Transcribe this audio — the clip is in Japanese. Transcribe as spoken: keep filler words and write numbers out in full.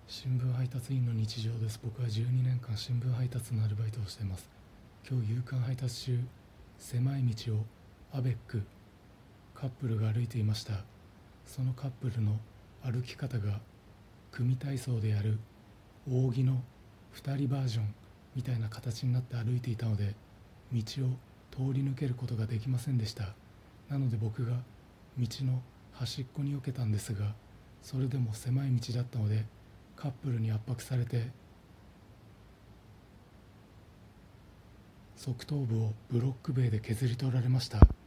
新聞配達員の日常です。僕はじゅうにねんかん新聞配達のアルバイトをしています。今日夕刊配達中、狭い道をアベックカップルが歩いていました。そのカップルの歩き方が組体操でやる扇のふたりバージョンみたいな形になって歩いていたので、道を通り抜けることができませんでした。なので僕が道の端っこに避けたんですが、それでも狭い道だったのでカップルに圧迫されて側頭部をブロック塀で削り取られました。